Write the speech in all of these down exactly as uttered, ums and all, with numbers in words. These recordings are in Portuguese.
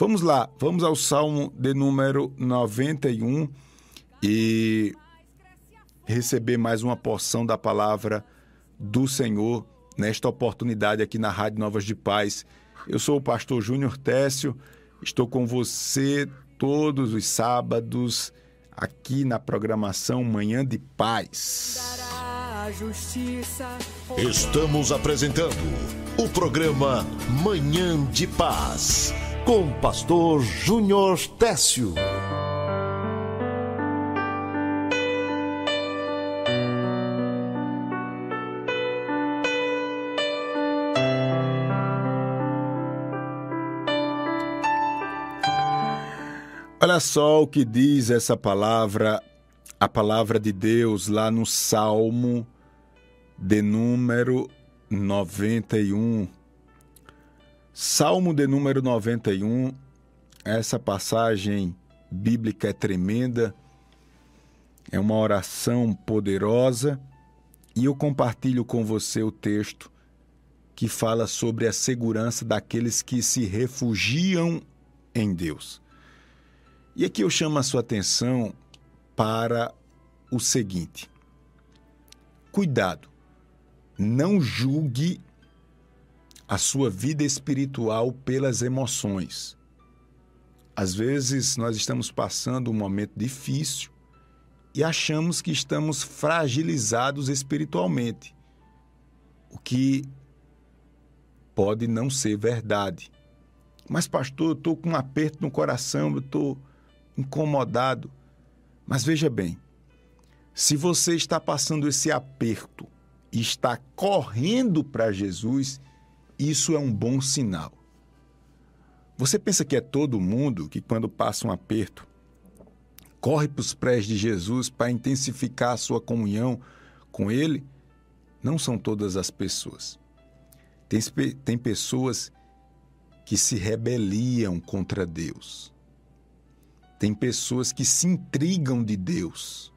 Vamos lá, vamos ao Salmo de número noventa e um e receber mais uma porção da palavra do Senhor nesta oportunidade aqui na Rádio Novas de Paz. Eu sou o pastor Júnior Técio, estou com você todos os sábados aqui na programação Manhã de Paz. Estamos apresentando o programa Manhã de Paz com o pastor Júnior Técio. Olha só o que diz essa palavra, a palavra de Deus lá no Salmo de número noventa e um. Salmo de número noventa e um, essa passagem bíblica é tremenda, é uma oração poderosa e eu compartilho com você o texto que fala sobre a segurança daqueles que se refugiam em Deus. E aqui eu chamo a sua atenção para o seguinte: cuidado, não julgue a sua vida espiritual pelas emoções. Às vezes nós estamos passando um momento difícil e achamos que estamos fragilizados espiritualmente, o que pode não ser verdade. Mas pastor, eu estou com um aperto no coração, eu estou incomodado. Mas veja bem, se você está passando esse aperto e está correndo para Jesus, isso é um bom sinal. Você pensa que é todo mundo que, quando passa um aperto, corre para os pés de Jesus para intensificar a sua comunhão com Ele? Não são todas as pessoas. Tem, tem pessoas que se rebeliam contra Deus. Tem pessoas que se intrigam de Deus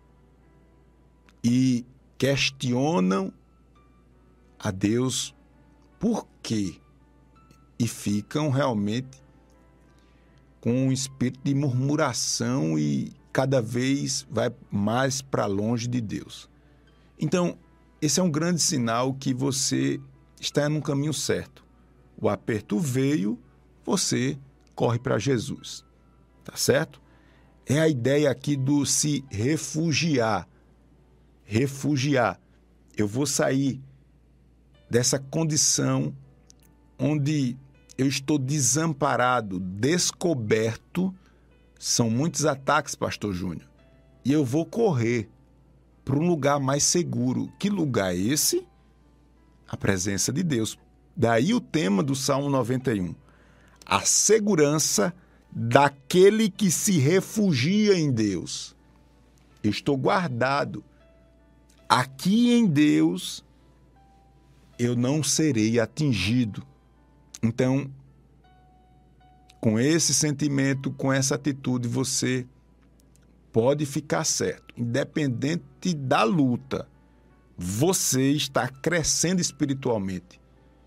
e questionam a Deus por quê e ficam realmente com um espírito de murmuração e cada vez vai mais para longe de Deus. Então, esse é um grande sinal que você está no caminho certo. O aperto veio, você corre para Jesus. Tá certo? É a ideia aqui do se refugiar. Refugiar. Eu vou sair dessa condição onde eu estou desamparado, descoberto. São muitos ataques, pastor Júnior. E eu vou correr para um lugar mais seguro. Que lugar é esse? A presença de Deus. Daí o tema do Salmo noventa e um. A segurança daquele que se refugia em Deus. Estou guardado. Aqui em Deus, eu não serei atingido. Então, com esse sentimento, com essa atitude, você pode ficar certo. Independente da luta, você está crescendo espiritualmente.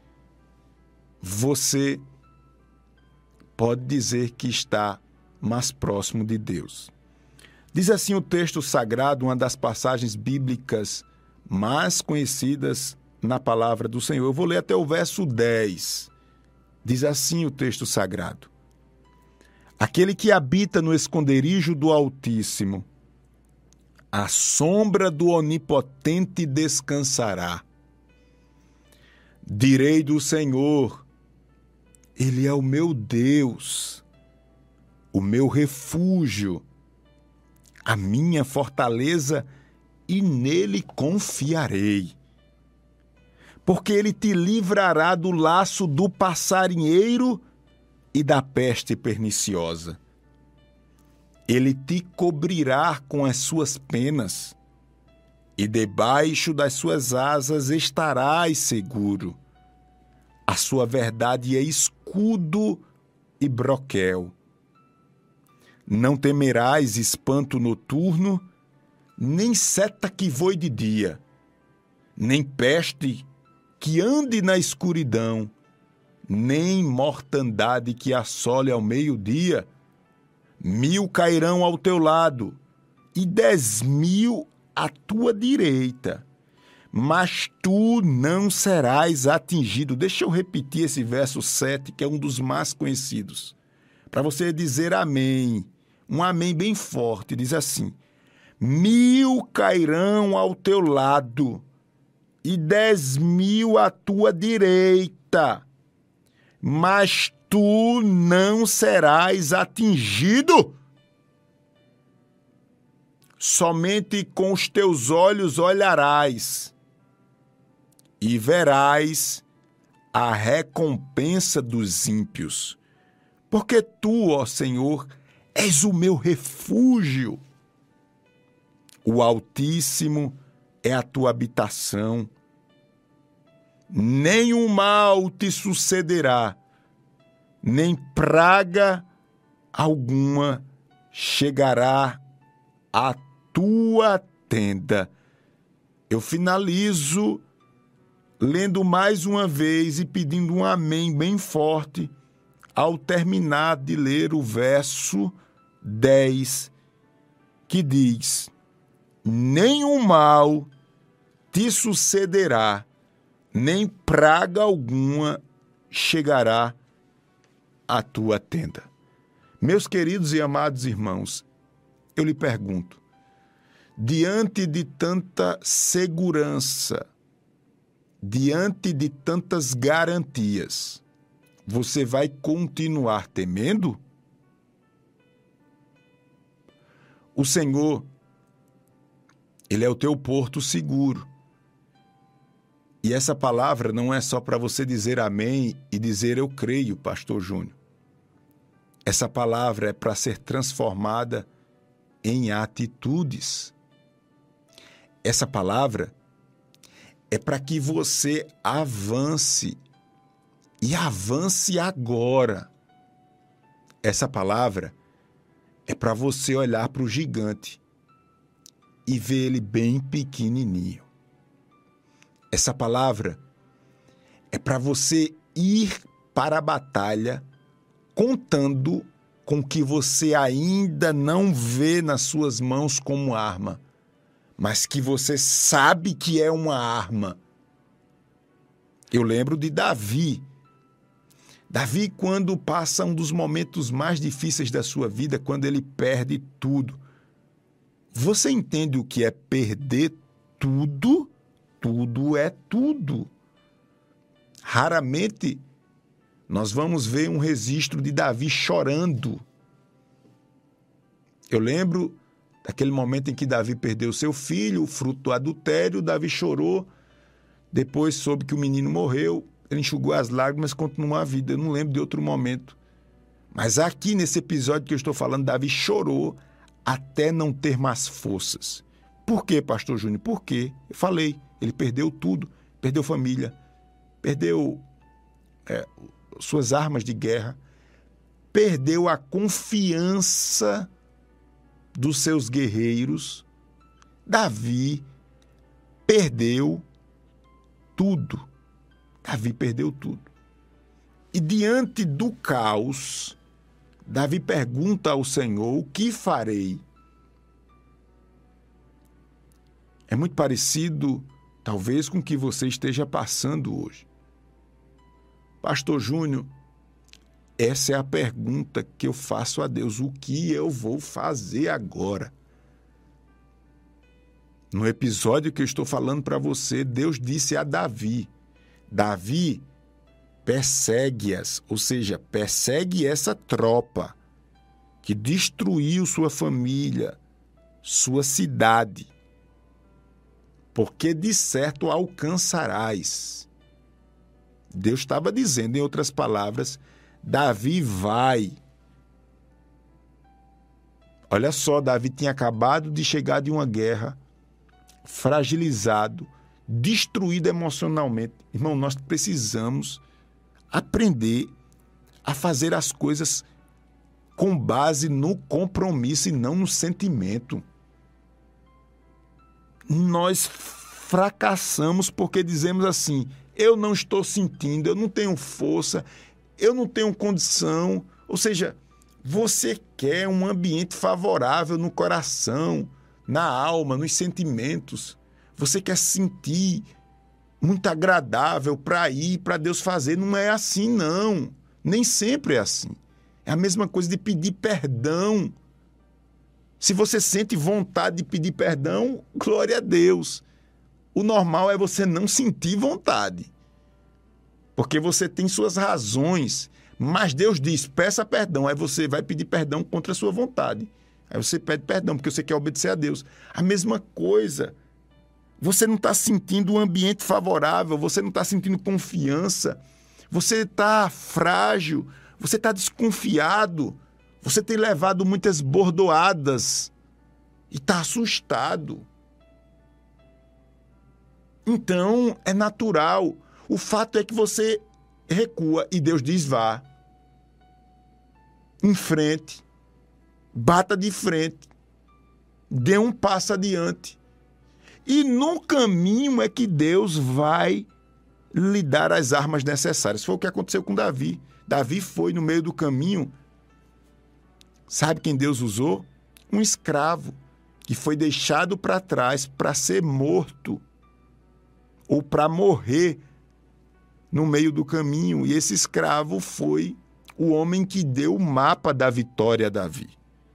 Você pode dizer que está mais próximo de Deus. Diz assim o texto sagrado, uma das passagens bíblicas mais conhecidas na palavra do Senhor. Eu vou ler até o verso dez. Diz assim o texto sagrado: aquele que habita no esconderijo do Altíssimo, à sombra do Onipotente descansará. Direi do Senhor, Ele é o meu Deus, o meu refúgio, a minha fortaleza, e nele confiarei. Porque ele te livrará do laço do passarinheiro e da peste perniciosa. Ele te cobrirá com as suas penas, e debaixo das suas asas estarás seguro. A sua verdade é escudo e broquel. Não temerás espanto noturno, nem seta que voe de dia, nem peste que ande na escuridão, nem mortandade que assole ao meio-dia. Mil cairão ao teu lado e dez mil à tua direita, mas tu não serás atingido. Deixa eu repetir esse verso sete, que é um dos mais conhecidos, para você dizer amém. Um amém bem forte. Diz assim: mil cairão ao teu lado e dez mil à tua direita, mas tu não serás atingido. Somente com os teus olhos olharás e verás a recompensa dos ímpios. Porque tu, ó Senhor, és o meu refúgio. O Altíssimo é a tua habitação. Nenhum mal te sucederá, nem praga alguma chegará à tua tenda. Eu finalizo lendo mais uma vez e pedindo um amém bem forte ao terminar de ler o verso dez, que diz: nenhum mal te sucederá, nem praga alguma chegará à tua tenda. Meus queridos e amados irmãos, eu lhe pergunto, diante de tanta segurança, diante de tantas garantias, você vai continuar temendo? O Senhor, Ele é o teu porto seguro. E essa palavra não é só para você dizer amém e dizer eu creio, pastor Júnior. Essa palavra é para ser transformada em atitudes. Essa palavra é para que você avance e avance agora. Essa palavra é para você olhar para o gigante e ver ele bem pequenininho. Essa palavra é para você ir para a batalha contando com o que você ainda não vê nas suas mãos como arma, mas que você sabe que é uma arma. Eu lembro de Davi. Davi, quando passa um dos momentos mais difíceis da sua vida, quando ele perde tudo. Você entende o que é perder tudo? Tudo é tudo. Raramente nós vamos ver um registro de Davi chorando. Eu lembro daquele momento em que Davi perdeu seu filho, fruto do adultério. Davi chorou, depois soube que o menino morreu, ele enxugou as lágrimas e continuou a vida. Eu não lembro de outro momento. Mas aqui nesse episódio que eu estou falando, Davi chorou até não ter mais forças. Por quê, pastor Júnior? Por quê? Eu falei, ele perdeu tudo, perdeu família, perdeu é, suas armas de guerra, perdeu a confiança dos seus guerreiros. Davi perdeu tudo. Davi perdeu tudo. E diante do caos, Davi pergunta ao Senhor: o que farei? É muito parecido, talvez, com o que você esteja passando hoje. Pastor Júnior, essa é a pergunta que eu faço a Deus. O que eu vou fazer agora? No episódio que eu estou falando para você, Deus disse a Davi: Davi, persegue-as, ou seja, persegue essa tropa que destruiu sua família, sua cidade, porque de certo alcançarás. Deus estava dizendo, em outras palavras, Davi vai. Olha só, Davi tinha acabado de chegar de uma guerra, fragilizado, destruído emocionalmente. Irmão, nós precisamos aprender a fazer as coisas com base no compromisso e não no sentimento. Nós fracassamos porque dizemos assim: eu não estou sentindo, eu não tenho força, eu não tenho condição. Ou seja, você quer um ambiente favorável no coração, na alma, nos sentimentos. Você quer sentir muito agradável para ir, para Deus fazer. Não é assim, não. Nem sempre é assim. É a mesma coisa de pedir perdão. Se você sente vontade de pedir perdão, glória a Deus. O normal é você não sentir vontade. Porque você tem suas razões. Mas Deus diz, peça perdão. Aí você vai pedir perdão contra a sua vontade. Aí você pede perdão, porque você quer obedecer a Deus. A mesma coisa. Você não está sentindo um ambiente favorável, você não está sentindo confiança, você está frágil, você está desconfiado, você tem levado muitas bordoadas e está assustado. Então, é natural. O fato é que você recua e Deus diz vá. Em frente. Bata de frente. Dê um passo adiante. E no caminho é que Deus vai lhe dar as armas necessárias. Foi o que aconteceu com Davi. Davi foi no meio do caminho. Sabe quem Deus usou? Um escravo que foi deixado para trás para ser morto ou para morrer no meio do caminho. E esse escravo foi o homem que deu o mapa da vitória a Davi.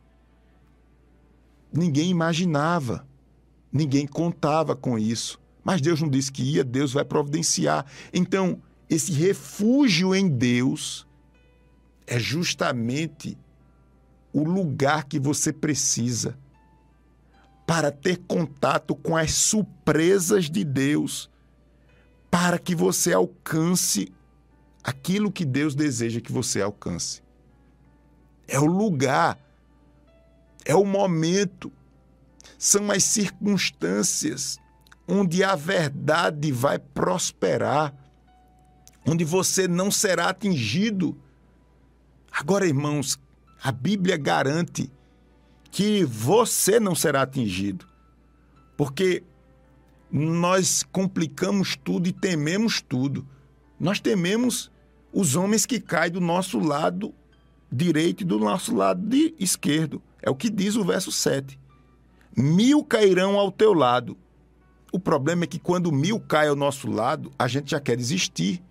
Ninguém imaginava. Ninguém contava com isso. Mas Deus não disse que ia, Deus vai providenciar. Então, esse refúgio em Deus é justamente o lugar que você precisa para ter contato com as surpresas de Deus, para que você alcance aquilo que Deus deseja que você alcance. É o lugar, é o momento, são as circunstâncias onde a verdade vai prosperar, onde você não será atingido. Agora, irmãos, a Bíblia garante que você não será atingido, porque nós complicamos tudo e tememos tudo. Nós tememos os homens que caem do nosso lado direito e do nosso lado de esquerdo. É o que diz o verso sete. Mil cairão ao teu lado. O problema é que quando mil cai ao nosso lado, a gente já quer desistir.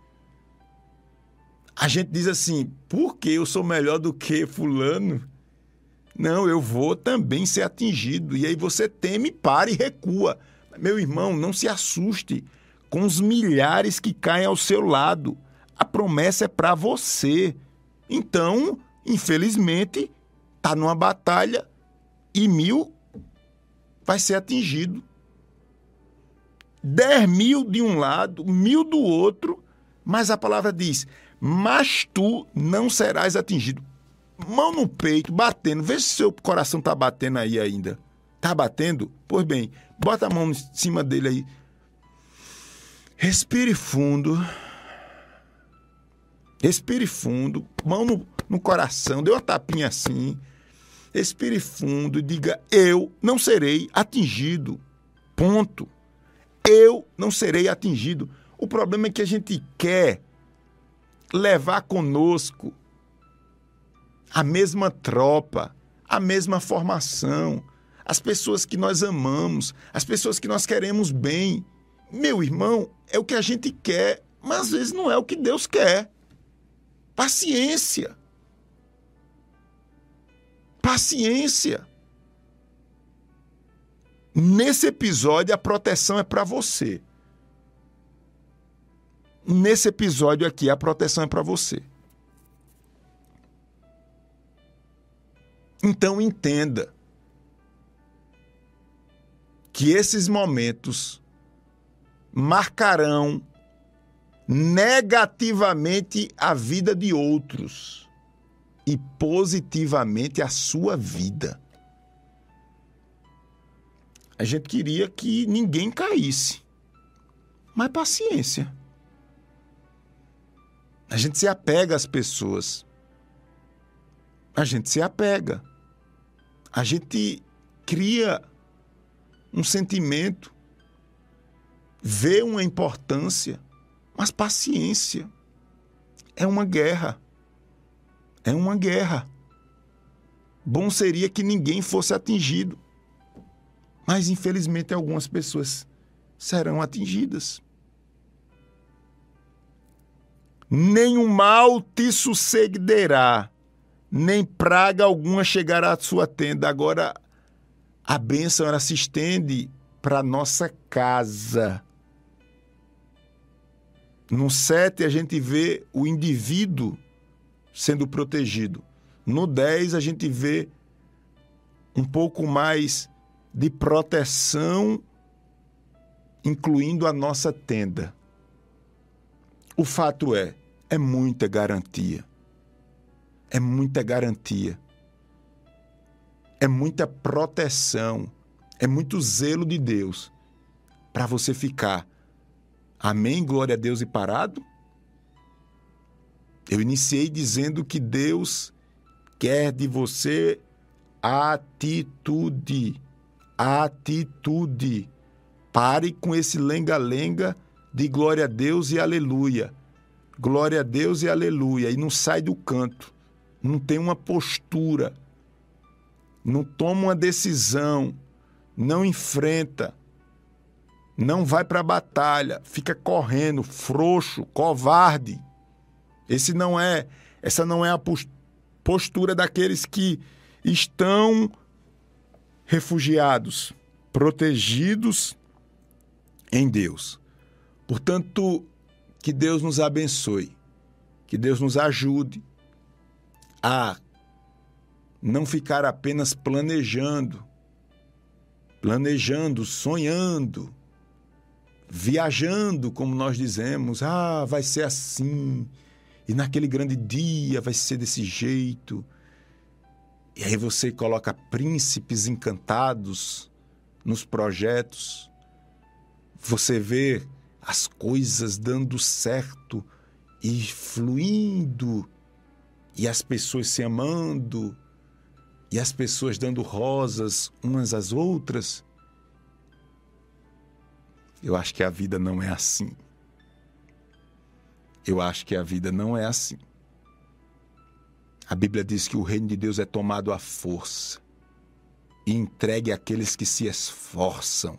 A gente diz assim, por que eu sou melhor do que fulano? Não, eu vou também ser atingido. E aí você teme, para e recua. Meu irmão, não se assuste com os milhares que caem ao seu lado. A promessa é para você. Então, infelizmente, está numa batalha e mil vai ser atingido. Dez mil de um lado, mil do outro, mas a palavra diz, mas tu não serás atingido. Mão no peito, batendo. Vê se seu coração está batendo aí ainda. Está batendo? Pois bem, bota a mão em cima dele aí. Respire fundo. Respire fundo. Mão no, no coração. Dê uma tapinha assim. Respire fundo e diga, eu não serei atingido. Ponto. Eu não serei atingido. O problema é que a gente quer levar conosco a mesma tropa, a mesma formação, as pessoas que nós amamos, as pessoas que nós queremos bem. Meu irmão, é o que a gente quer, mas às vezes não é o que Deus quer. Paciência. Paciência. Nesse episódio, a proteção é para você. Nesse episódio aqui, a proteção é para você. Então, entenda que esses momentos marcarão negativamente a vida de outros e positivamente a sua vida. A gente queria que ninguém caísse, mas paciência. A gente se apega às pessoas. A gente se apega. A gente cria um sentimento, vê uma importância, mas paciência. é uma guerra. É uma guerra. Bom seria que ninguém fosse atingido. Mas, infelizmente, algumas pessoas serão atingidas. Nenhum mal te sucederá, nem praga alguma chegará à sua tenda. Agora, a bênção ela se estende para a nossa casa. No sete, a gente vê o indivíduo sendo protegido. No dez, a gente vê um pouco mais de proteção, incluindo a nossa tenda. O fato é, é muita garantia. É muita garantia. É muita proteção. É muito zelo de Deus para você ficar. Amém? Glória a Deus e parado? Eu iniciei dizendo que Deus quer de você atitude. Atitude. Pare com esse lenga-lenga de glória a Deus e aleluia. Glória a Deus e aleluia. E não sai do canto. Não tem uma postura. Não toma uma decisão. Não enfrenta. Não vai para a batalha. Fica correndo, frouxo, covarde. Esse não é, essa não é a postura daqueles que estão refugiados, protegidos em Deus. Portanto, que Deus nos abençoe, que Deus nos ajude a não ficar apenas planejando, planejando, sonhando, viajando, como nós dizemos, ah, vai ser assim, e naquele grande dia vai ser desse jeito. E aí você coloca príncipes encantados nos projetos, você vê as coisas dando certo e fluindo, e as pessoas se amando, e as pessoas dando rosas umas às outras. Eu acho que a vida não é assim. Eu acho que a vida não é assim. A Bíblia diz que o reino de Deus é tomado à força e entregue àqueles que se esforçam.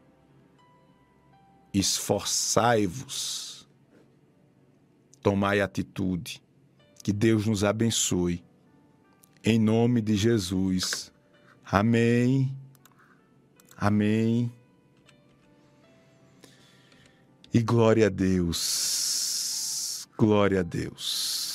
Esforçai-vos, tomai atitude, que Deus nos abençoe. Em nome de Jesus. Amém. Amém. E glória a Deus. Glória a Deus.